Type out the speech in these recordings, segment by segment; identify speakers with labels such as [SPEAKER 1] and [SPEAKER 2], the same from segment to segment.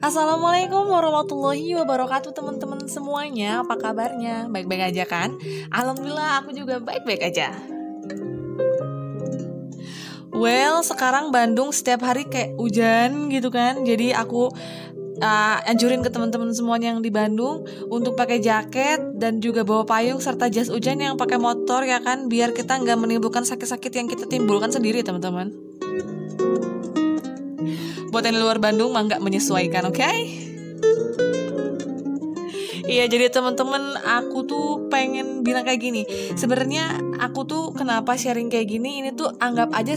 [SPEAKER 1] Assalamualaikum warahmatullahi wabarakatuh teman-teman semuanya. Apa kabarnya? Baik-baik aja kan? Alhamdulillah aku juga baik-baik aja. Well, sekarang Bandung setiap hari kayak hujan gitu kan. Jadi aku anjurin ke teman-teman semuanya yang di Bandung untuk pakai jaket dan juga bawa payung serta jas hujan yang pakai motor ya kan, biar kita nggak menimbulkan sakit-sakit yang kita timbulkan sendiri teman-teman. Buat yang di luar Bandung mah nggak menyesuaikan, oke? Iya, jadi teman-teman aku tuh pengen bilang kayak gini. Sebenarnya aku tuh kenapa sharing kayak gini, ini tuh anggap aja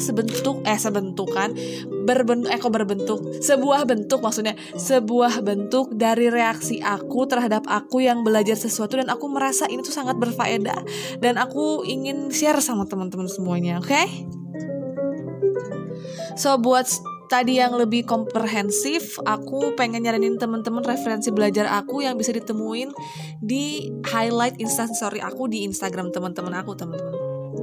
[SPEAKER 1] sebuah bentuk dari reaksi aku terhadap aku yang belajar sesuatu dan aku merasa ini tuh sangat berfaedah dan aku ingin share sama teman-teman semuanya, oke? So buat tadi yang lebih komprehensif, aku pengen nyaranin teman-teman referensi belajar aku yang bisa ditemuin di highlight instastory aku di Instagram teman-teman aku, teman-teman.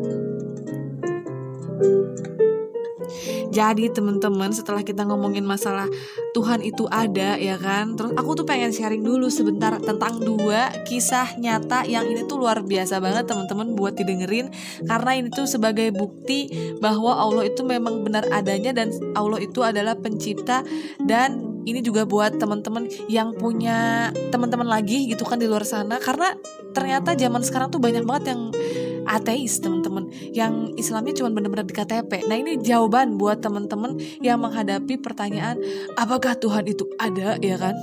[SPEAKER 1] Jadi teman-teman, setelah kita ngomongin masalah Tuhan itu ada ya kan, terus aku tuh pengen sharing dulu sebentar tentang 2 kisah nyata yang ini tuh luar biasa banget teman-teman buat didengerin, karena ini tuh sebagai bukti bahwa Allah itu memang benar adanya dan Allah itu adalah pencipta. Dan ini juga buat teman-teman yang punya teman-teman lagi gitu kan di luar sana, karena ternyata zaman sekarang tuh banyak banget yang ateis teman-teman, yang Islamnya cuma benar-benar di KTP. Nah ini jawaban buat teman-teman yang menghadapi pertanyaan apakah Tuhan itu ada ya kan.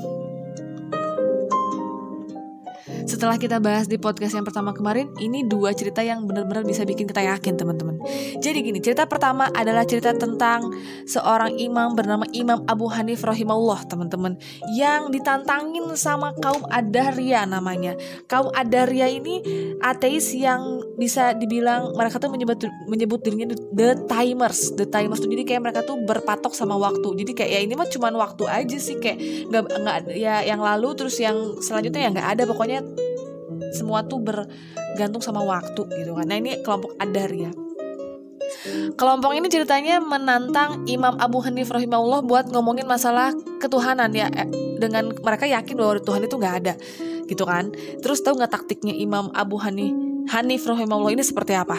[SPEAKER 1] Setelah kita bahas di podcast yang pertama kemarin, ini 2 cerita yang benar-benar bisa bikin kita yakin teman-teman. Jadi gini, cerita pertama adalah cerita tentang seorang imam bernama Imam Abu Hanif rahimahullah teman-teman, yang ditantangin sama kaum Ad-Dahriyah namanya. Kaum Ad-Dahriyah ini ateis yang bisa dibilang mereka tuh menyebut dirinya the timers. The timers tuh jadi kayak mereka tuh berpatok sama waktu. Jadi kayak ya ini mah cuman waktu aja sih, kayak nggak ya yang lalu terus yang selanjutnya ya nggak ada, pokoknya semua tuh bergantung sama waktu gitu kan. Nah ini kelompok Ad-Dahriyah. Kelompok ini ceritanya menantang Imam Abu Hanif rahimahullah buat ngomongin masalah ketuhanan ya, dengan mereka yakin bahwa Tuhan itu nggak ada gitu kan. Terus tahu nggak taktiknya Imam Abu Hanif rahimahullah ini seperti apa?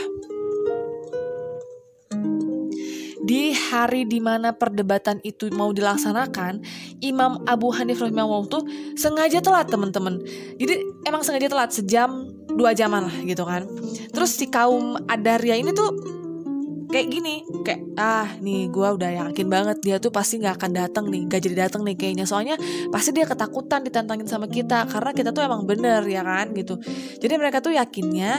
[SPEAKER 1] Di hari dimana perdebatan itu mau dilaksanakan, Imam Abu Hanif rahimahullah tuh sengaja telat teman-teman. Jadi emang sengaja telat sejam 2 jaman lah gitu kan. Terus si kaum Ad-Dahriyah ini tuh kayak gini, kayak nih gue udah yakin banget dia tuh pasti nggak akan datang nih, nggak jadi datang nih kayaknya, soalnya pasti dia ketakutan ditantangin sama kita karena kita tuh emang bener ya kan gitu. Jadi mereka tuh yakinnya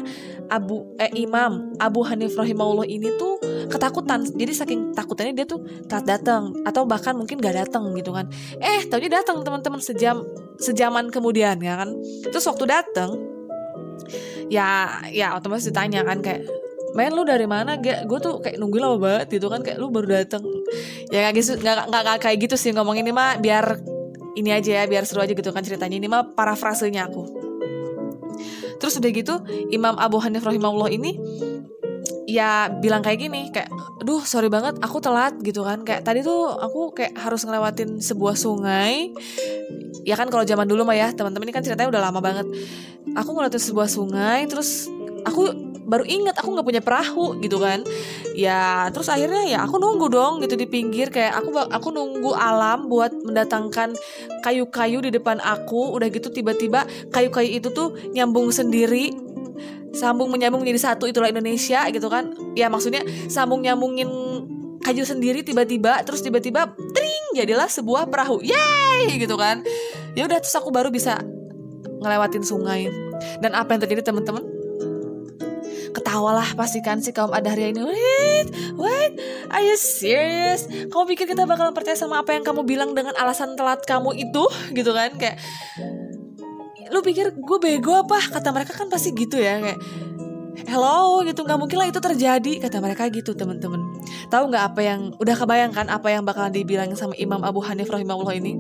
[SPEAKER 1] Imam Abu Hanif rahimahullah ini tuh ketakutan, jadi saking takutannya dia tuh telat datang atau bahkan mungkin nggak datang gitu kan. Taunya datang teman-teman sejaman kemudian ya kan. Terus waktu datang ya otomatis ditanya kan kayak, men lu dari mana? Gue tuh kayak nungguin lama banget gitu kan, kayak lu baru datang. Ya nggak kayak gitu sih ngomong, ini mah biar ini aja ya, biar seru aja gitu kan ceritanya. Ini mah parafrasenya aku. Terus udah gitu Imam Abu Hanif rahimahullah ini ya bilang kayak gini, kayak aduh sorry banget aku telat gitu kan, kayak tadi tuh aku kayak harus ngelewatin sebuah sungai. Ya kan kalau zaman dulu mah ya teman-teman, ini kan ceritanya udah lama banget. Aku ngelewatin sebuah sungai, terus aku baru ingat aku nggak punya perahu gitu kan. Ya terus akhirnya ya aku nunggu dong gitu di pinggir, kayak aku nunggu alam buat mendatangkan kayu-kayu di depan aku. Udah gitu tiba-tiba kayu-kayu itu tuh nyambung sendiri, menyambung menjadi satu, itulah Indonesia gitu kan. Ya maksudnya nyambungin kayu sendiri tiba-tiba tring, jadilah sebuah perahu. Yeay gitu kan. Ya udah terus aku baru bisa ngelewatin sungai. Dan apa yang terjadi teman-teman? Ketawalah pastikan si kaum Ad-Dahriyah ini. Wait, are you serious? Kamu pikir kita bakalan percaya sama apa yang kamu bilang dengan alasan telat kamu itu gitu kan? Kayak lu pikir gue bego apa? Kata mereka kan pasti gitu ya, kayak hello gitu, nggak mungkin lah itu terjadi, kata mereka gitu teman-teman. Tahu nggak apa yang udah kebayangkan apa yang bakalan dibilangin sama Imam Abu Hanif rahimahullah ini?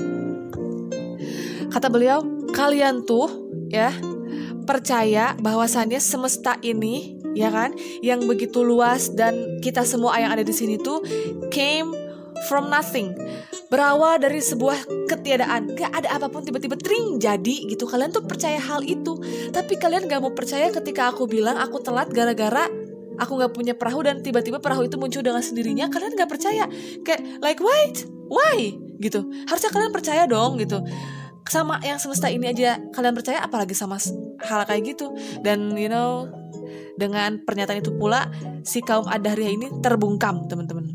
[SPEAKER 1] Kata beliau, kalian tuh ya percaya bahwasannya semesta ini ya kan yang begitu luas dan kita semua yang ada di sini tuh came from nothing. berawal dari sebuah ketiadaan, gak ada apapun tiba-tiba tring jadi gitu. Kalian tuh percaya hal itu, tapi kalian gak mau percaya ketika aku bilang aku telat gara-gara aku gak punya perahu dan tiba-tiba perahu itu muncul dengan sendirinya. Kalian gak percaya, kayak like why gitu. Harusnya kalian percaya dong gitu. Sama yang semesta ini aja kalian percaya, apalagi sama hal kayak gitu. Dan dengan pernyataan itu pula si kaum Ad-Dahriyah ini terbungkam, teman-teman.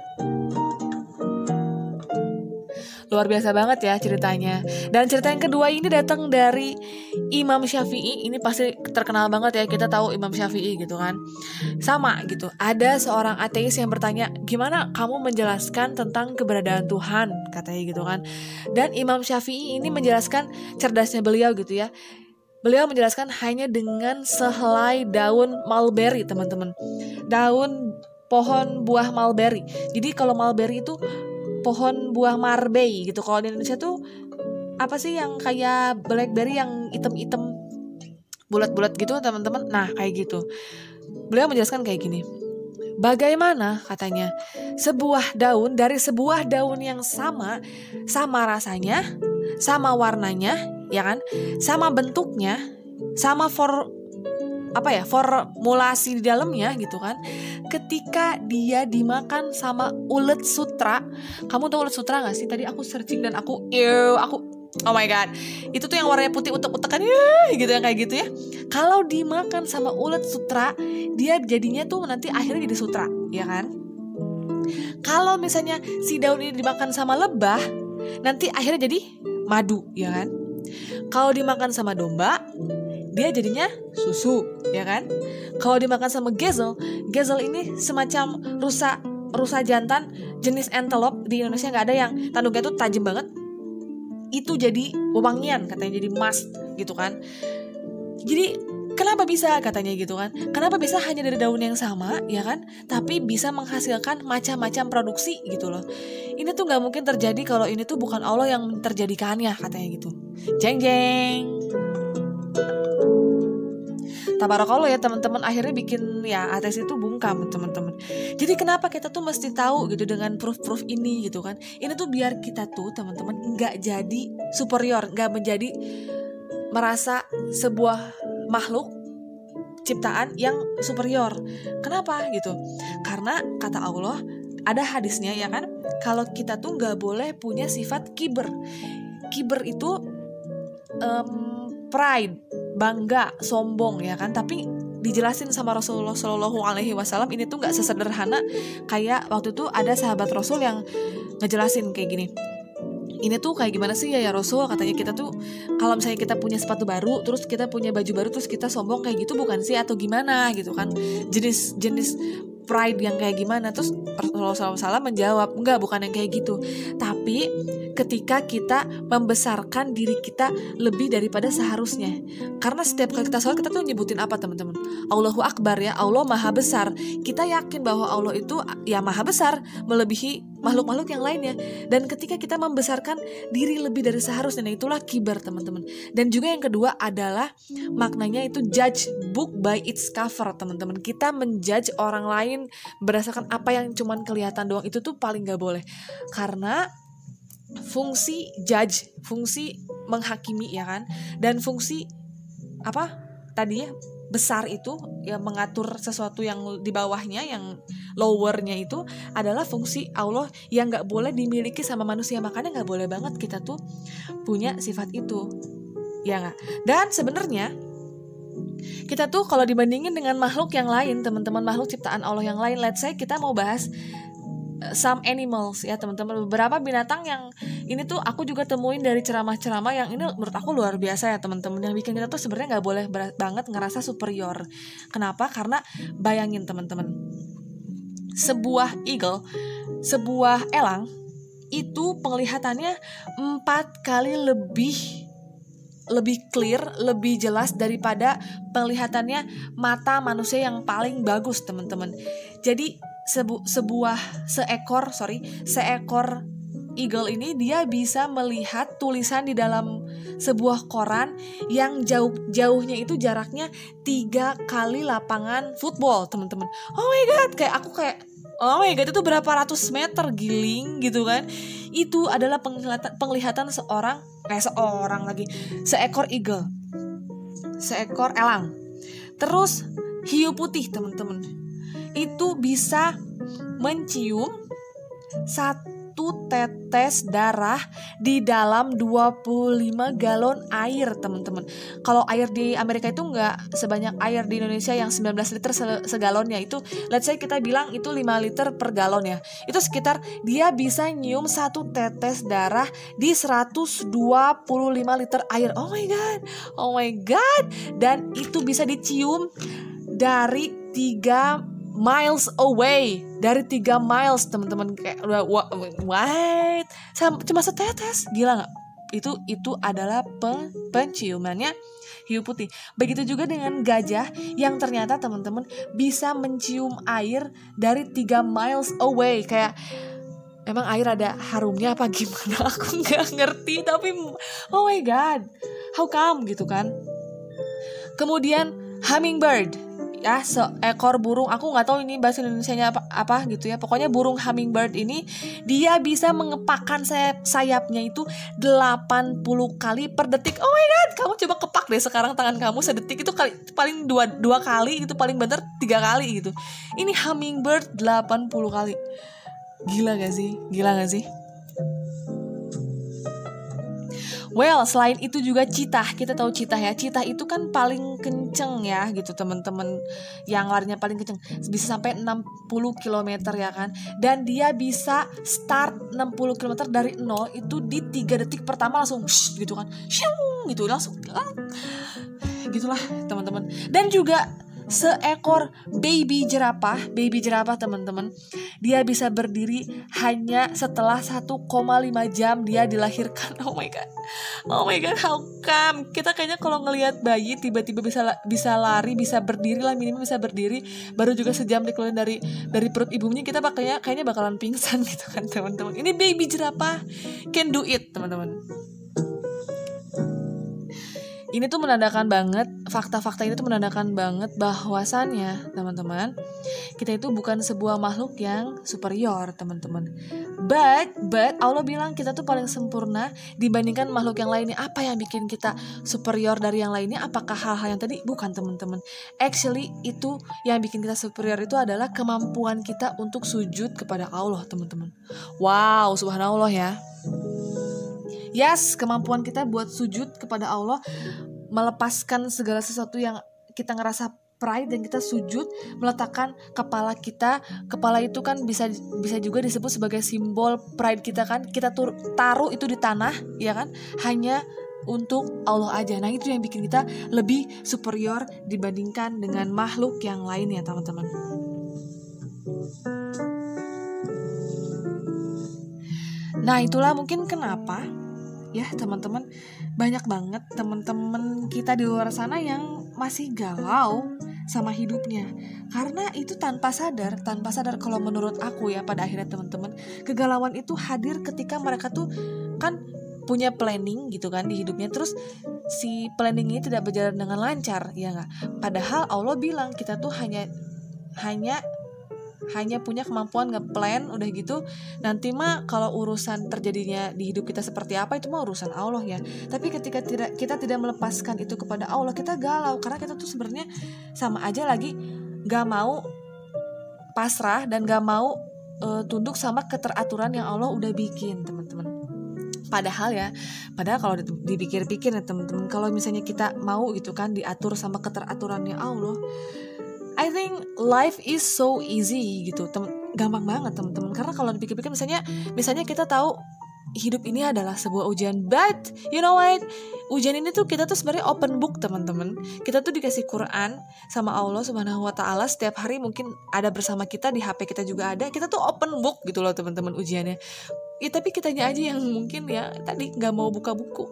[SPEAKER 1] Luar biasa banget ya ceritanya. Dan cerita yang kedua ini datang dari Imam Syafi'i. Ini pasti terkenal banget ya, kita tahu Imam Syafi'i gitu kan. Sama gitu, ada seorang ateis yang bertanya, gimana kamu menjelaskan tentang keberadaan Tuhan, katanya gitu kan. Dan Imam Syafi'i ini menjelaskan, cerdasnya beliau gitu ya, beliau menjelaskan hanya dengan sehelai daun mulberry, teman-teman. Daun pohon buah mulberry. Jadi kalau mulberry itu pohon buah marbei gitu. Kalau di Indonesia tuh apa sih yang kayak blackberry yang item-item bulat-bulat gitu, teman-teman. Nah, kayak gitu. Beliau menjelaskan kayak gini. Bagaimana katanya sebuah daun dari sebuah daun yang sama rasanya, sama warnanya, ya kan? Sama bentuknya, sama formulasi di dalamnya gitu kan. Ketika dia dimakan sama ulet sutra, kamu tahu ulet sutra gak sih? Tadi aku searching dan aku oh my god, itu tuh yang warnanya putih utek-utekan gitu, yang kayak gitu ya. Kalau dimakan sama ulet sutra, dia jadinya tuh nanti akhirnya jadi sutra, ya kan? Kalau misalnya si daun ini dimakan sama lebah, nanti akhirnya jadi madu, ya kan? Kalau dimakan sama domba, dia jadinya susu, ya kan? Kalau dimakan sama gezel ini semacam rusa jantan jenis antelope. Di Indonesia nggak ada, yang tanduknya tuh tajam banget. Itu jadi wewangian, katanya jadi emas gitu kan. Jadi kenapa bisa, katanya gitu kan? Kenapa bisa hanya dari daun yang sama, ya kan? Tapi bisa menghasilkan macam-macam produksi gitu loh. Ini tuh nggak mungkin terjadi kalau ini tuh bukan Allah yang terjadikannya, katanya gitu. Jeng jeng. Tabarakallah ya teman-teman, akhirnya bikin ya ateis itu bungkam, teman-teman. Jadi kenapa kita tuh mesti tahu gitu dengan proof-proof ini gitu kan? Ini tuh biar kita tuh teman-teman nggak jadi superior, nggak menjadi merasa sebuah makhluk ciptaan yang superior. Kenapa gitu? Karena kata Allah, ada hadisnya ya kan, kalau kita tuh nggak boleh punya sifat kiber. Kiber itu pride, bangga, sombong, ya kan. Tapi dijelasin sama Rasulullah Shallallahu Alaihi Wasallam ini tuh nggak sesederhana kayak waktu itu ada sahabat Rasul yang ngejelasin kayak gini. Ini tuh kayak gimana sih ya Rasul, katanya kita tuh kalau misalnya kita punya sepatu baru, terus kita punya baju baru, terus kita sombong kayak gitu bukan sih, atau gimana gitu kan, jenis pride yang kayak gimana. Terus Rasulullah SAW menjawab, enggak, bukan yang kayak gitu, tapi ketika kita membesarkan diri kita lebih daripada seharusnya. Karena setiap kali kita sholat, kita tuh nyebutin apa teman-teman? Allahu Akbar, ya, Allah maha besar. Kita yakin bahwa Allah itu ya maha besar, melebihi makhluk-makhluk yang lainnya. Dan ketika kita membesarkan diri lebih dari seharusnya, nah itulah kibar teman-teman. Dan juga yang kedua adalah maknanya itu judge book by its cover, teman-teman. Kita menjudge orang lain berdasarkan apa yang cuman kelihatan doang, itu tuh paling gak boleh. Karena fungsi judge, fungsi menghakimi, ya kan, dan fungsi apa tadi ya, besar itu ya, mengatur sesuatu yang di bawahnya, yang lowernya itu adalah fungsi Allah yang gak boleh dimiliki sama manusia. Makanya gak boleh banget kita tuh punya sifat itu, ya gak? Dan sebenarnya kita tuh kalau dibandingin dengan makhluk yang lain, teman-teman, makhluk ciptaan Allah yang lain, let's say kita mau bahas some animals ya teman-teman, beberapa binatang yang ini tuh aku juga temuin dari ceramah-ceramah yang ini menurut aku luar biasa ya teman-teman, yang bikin kita tuh sebenarnya nggak boleh banget ngerasa superior. Kenapa? Karena bayangin teman-teman, sebuah eagle, sebuah elang itu penglihatannya 4 kali lebih clear, lebih jelas daripada penglihatannya mata manusia yang paling bagus, teman-teman. Jadi seekor eagle ini dia bisa melihat tulisan di dalam sebuah koran yang jauhnya itu jaraknya 3 kali lapangan football, teman-teman. Oh my god, kayak Oh my god, itu berapa ratus meter, giling gitu kan. Itu adalah penglihatan seekor eagle, seekor elang. Terus hiu putih teman-teman, itu bisa mencium 1 tetes darah di dalam 25 galon air teman-teman. Kalau air di Amerika itu nggak sebanyak air di Indonesia yang 19 liter segalonnya. Itu let's say kita bilang itu 5 liter per galon ya. Itu sekitar dia bisa nyium 1 tetes darah di 125 liter air. Oh my god. Dan itu bisa dicium dari 3 miles away, dari 3 miles teman-teman. Kayak what? Cuma setetes, gila nggak? Itu adalah penciumannya hiu putih. Begitu juga dengan gajah yang ternyata teman-teman bisa mencium air dari 3 miles away. Kayak emang air ada harumnya apa gimana? Aku nggak ngerti, tapi oh my god, how come gitu kan? Kemudian hummingbird, ya seekor burung, aku nggak tahu ini bahasa Indonesianya apa gitu ya. Pokoknya burung hummingbird ini dia bisa mengepakkan sayapnya itu 80 kali per detik. Oh my god, kamu coba kepak deh sekarang tangan kamu sedetik itu paling dua kali, itu paling bener 3 kali gitu. Ini hummingbird 80 kali. Gila gak sih? Well, selain itu juga cheetah. Kita tahu cheetah ya. Cheetah itu kan paling kenceng ya gitu teman-teman. Yang larinya paling kenceng, bisa sampai 60 km ya kan. Dan dia bisa start 60 km dari 0 itu di 3 detik pertama langsung gitu kan. Gitu langsung. Gitulah teman-teman. Dan juga seekor baby jerapah teman-teman, dia bisa berdiri hanya setelah 1,5 jam dia dilahirkan. Oh my god, how come? Kita kayaknya kalau ngelihat bayi tiba-tiba bisa lari, bisa berdiri lah, minimal bisa berdiri, baru juga sejam dikeluarin dari perut ibunya, kita kayaknya bakalan pingsan gitu kan teman-teman. Ini baby jerapah can do it teman-teman. Ini tuh menandakan banget, fakta-fakta ini tuh menandakan banget bahwasannya teman-teman, kita itu bukan sebuah makhluk yang superior teman-teman. But Allah bilang kita tuh paling sempurna dibandingkan makhluk yang lainnya. Apa yang bikin kita superior dari yang lainnya? Apakah hal-hal yang tadi? Bukan teman-teman. Actually itu yang bikin kita superior itu adalah kemampuan kita untuk sujud kepada Allah teman-teman. Wow, subhanallah ya. Yes, kemampuan kita buat sujud kepada Allah, melepaskan segala sesuatu yang kita ngerasa pride dan kita sujud, meletakkan kepala kita. Kepala itu kan bisa juga disebut sebagai simbol pride kita kan. Kita taruh itu di tanah, ya kan? Hanya untuk Allah aja. Nah, itu yang bikin kita lebih superior dibandingkan dengan makhluk yang lain ya, teman-teman. Nah, itulah mungkin kenapa ya teman-teman, banyak banget teman-teman kita di luar sana yang masih galau sama hidupnya. Karena itu tanpa sadar kalau menurut aku ya, pada akhirnya teman-teman, kegalauan itu hadir ketika mereka tuh kan punya planning gitu kan di hidupnya, terus si planning ini tidak berjalan dengan lancar, ya nggak? Padahal Allah bilang kita tuh hanya punya kemampuan nge-plan, udah gitu nanti mah kalau urusan terjadinya di hidup kita seperti apa itu mah urusan Allah ya. Tapi ketika kita tidak melepaskan itu kepada Allah, kita galau karena kita tuh sebenarnya sama aja lagi gak mau pasrah dan gak mau tunduk sama keteraturan yang Allah udah bikin teman-teman. Padahal kalau dipikir-pikir ya teman-teman, kalau misalnya kita mau gitu kan diatur sama keteraturannya Allah, I think life is so easy gitu, gampang banget teman-teman. Karena kalau dipikir-pikir misalnya kita tahu hidup ini adalah sebuah ujian, but you know what? Ujian ini tuh kita tuh sebenarnya open book teman-teman. Kita tuh dikasih Quran sama Allah Subhanahu wa taala setiap hari, mungkin ada bersama kita di HP kita juga ada. Kita tuh open book gitu loh teman-teman ujiannya. Ya tapi kitanya aja yang mungkin ya tadi nggak mau buka buku.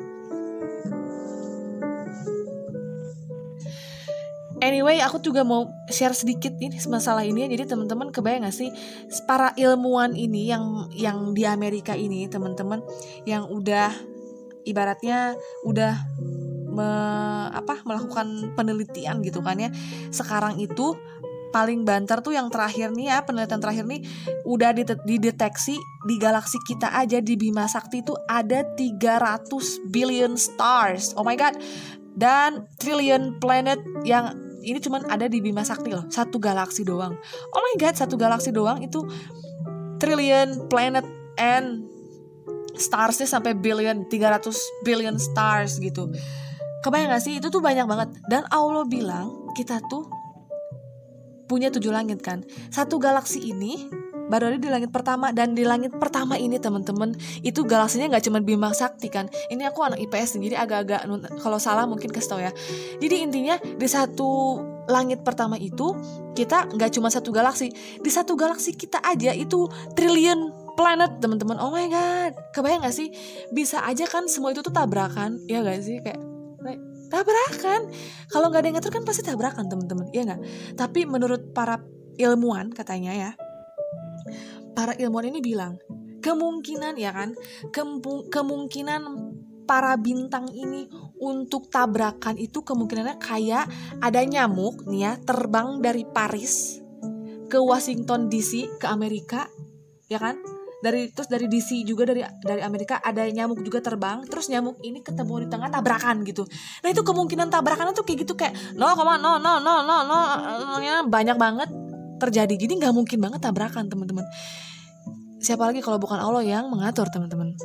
[SPEAKER 1] Anyway, aku juga mau share sedikit ini masalah ini. Jadi teman-teman kebayang gak sih para ilmuwan ini yang di Amerika ini teman-teman, yang udah ibaratnya udah melakukan penelitian gitu kan ya. Sekarang itu paling banter tuh yang terakhir nih ya, penelitian terakhir nih udah dideteksi di galaksi kita aja di Bima Sakti itu ada 300 billion stars. Oh my god. Dan trillion planet yang ini cuman ada di Bima Sakti loh, satu galaksi doang. Oh my god, satu galaksi doang itu trillion planet and starsnya sampai billion, 300 billion stars gitu. Kebayang gak sih? Itu tuh banyak banget. Dan Allah bilang kita tuh punya 7 langit kan. Satu galaksi ini baru ada di langit pertama. Dan di langit pertama ini teman-teman, itu galaksinya gak cuma Bima Sakti kan. Ini aku anak IPS jadi agak-agak kalau salah mungkin kasih tau ya. Jadi intinya di satu langit pertama itu kita gak cuma satu galaksi. Di satu galaksi kita aja itu trillion planet teman-teman. Oh my god, kebayang gak sih? Bisa aja kan semua itu tuh tabrakan. Ya gak sih? Kayak tabrakan. Kalau nggak ada yang ngatur kan pasti tabrakan teman-teman, iya nggak? Tapi menurut para ilmuwan katanya ya, para ilmuwan ini bilang kemungkinan ya kan, kemungkinan para bintang ini untuk tabrakan itu kemungkinannya kayak ada nyamuk nih ya terbang dari Paris ke Washington DC ke Amerika, ya kan? Terus dari DC juga dari Amerika ada nyamuk juga terbang, terus nyamuk ini ketemu di tengah tabrakan gitu. Nah itu kemungkinan tabrakannya tuh kayak gitu kayak 0,000 banyak banget terjadi. Jadi nggak mungkin banget tabrakan teman-teman. Siapa lagi kalau bukan Allah yang mengatur teman-teman.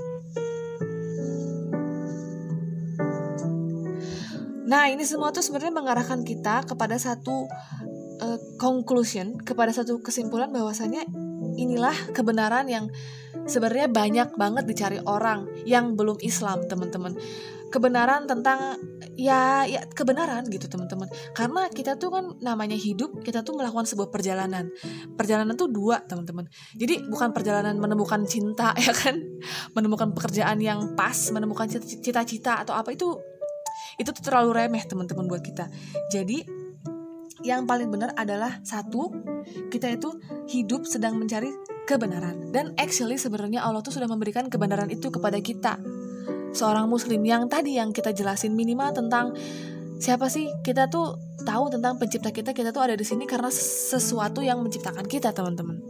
[SPEAKER 1] Nah ini semua tuh sebenarnya mengarahkan kita kepada satu conclusion, kepada satu kesimpulan bahwasannya inilah kebenaran yang sebenarnya banyak banget dicari orang yang belum Islam teman-teman. Kebenaran tentang ya kebenaran gitu teman-teman. Karena kita tuh kan namanya hidup, kita tuh melakukan sebuah perjalanan. Perjalanan tuh 2 teman-teman. Jadi bukan perjalanan menemukan cinta ya kan, menemukan pekerjaan yang pas, menemukan cita-cita atau apa itu tuh terlalu remeh teman-teman buat kita. Jadi yang paling benar adalah satu, kita itu hidup sedang mencari kebenaran. Dan actually sebenarnya Allah tuh sudah memberikan kebenaran itu kepada kita, seorang muslim, yang tadi yang kita jelasin minimal tentang siapa sih kita tuh tahu tentang pencipta kita tuh ada di sini karena sesuatu yang menciptakan kita teman-teman.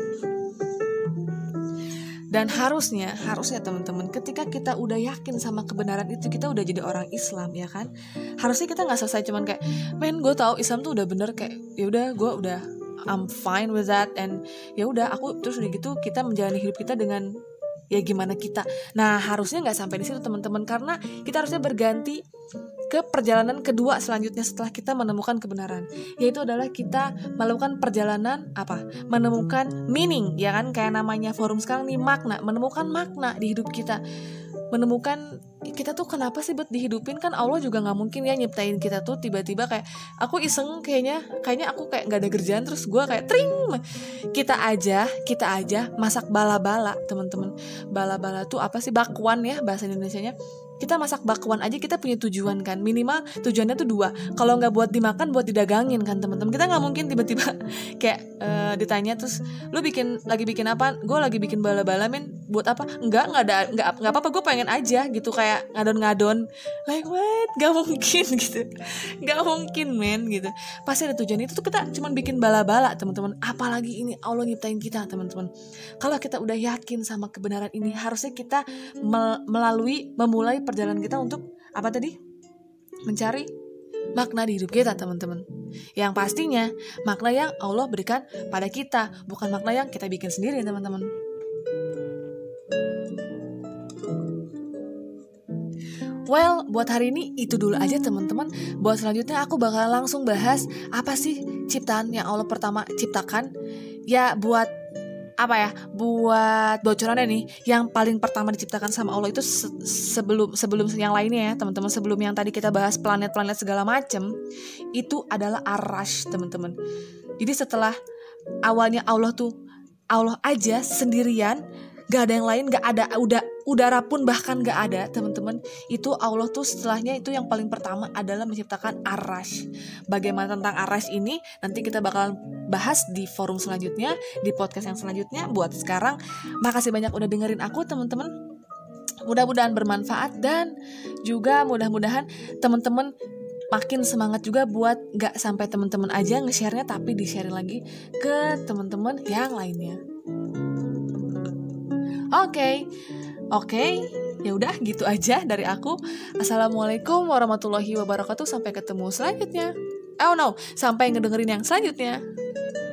[SPEAKER 1] Dan harusnya teman-teman, ketika kita udah yakin sama kebenaran itu, kita udah jadi orang Islam ya kan. Harusnya kita nggak selesai cuman kayak, men gue tahu Islam tuh udah bener, kayak ya udah gue udah I'm fine with that, and ya udah aku terus udah gitu kita menjalani hidup kita dengan ya gimana kita. Nah harusnya nggak sampai di situ teman-teman, karena kita harusnya berganti ke perjalanan kedua selanjutnya setelah kita menemukan kebenaran, yaitu adalah kita melakukan perjalanan menemukan meaning ya kan, kayak namanya forum sekarang nih, makna, menemukan makna di hidup kita, menemukan kita tuh kenapa sih buat dihidupin. Kan Allah juga nggak mungkin ya nyiptain kita tuh tiba-tiba kayak aku iseng kayaknya aku kayak nggak ada kerjaan terus gue kayak tring. Kita aja masak bala-bala teman-teman. Bala-bala tuh apa sih, bakwan ya bahasa Indonesianya. Kita masak bakwan aja kita punya tujuan kan, minimal tujuannya tuh 2. Kalau nggak buat dimakan, buat didagangin kan teman-teman. Kita nggak mungkin tiba-tiba kayak ditanya terus lu lagi bikin apa? Gue lagi bikin bala-bala men. Buat apa? Nggak apa-apa, gue pengen aja gitu, kayak ngadon-ngadon. Like what? Nggak mungkin gitu. Nggak mungkin men gitu. Pasti ada tujuan. Itu tuh kita cuman bikin bala-bala teman-teman. Apalagi ini Allah nyiptain kita teman-teman. Kalau kita udah yakin sama kebenaran ini, harusnya kita memulai perjalanan kita untuk apa tadi? Mencari makna di hidup kita teman-teman. Yang pastinya makna yang Allah berikan pada kita, bukan makna yang kita bikin sendiri teman-teman. Well, buat hari ini itu dulu aja teman-teman. Buat selanjutnya aku bakal langsung bahas apa sih ciptaan yang Allah pertama ciptakan. Ya buat bocorannya nih, yang paling pertama diciptakan sama Allah itu sebelum yang lainnya ya teman-teman, sebelum yang tadi kita bahas planet-planet segala macem, itu adalah Ar-Rash teman-teman. Jadi setelah awalnya Allah aja sendirian, gak ada yang lain, gak ada udara pun bahkan gak ada teman-teman. Itu Allah tuh setelahnya itu yang paling pertama adalah menciptakan Ar-Rash. Bagaimana tentang Ar-Rash ini nanti kita bakal bahas di forum selanjutnya, di podcast yang selanjutnya. Buat sekarang makasih banyak udah dengerin aku teman-teman. Mudah-mudahan bermanfaat, dan juga mudah-mudahan teman-teman makin semangat juga buat gak sampai teman-teman aja nge-share-nya, tapi di-share lagi ke teman-teman yang lainnya. Oke, ya udah gitu aja dari aku. Assalamualaikum warahmatullahi wabarakatuh. Sampai ketemu selanjutnya. Oh no, sampai ngedengerin yang selanjutnya.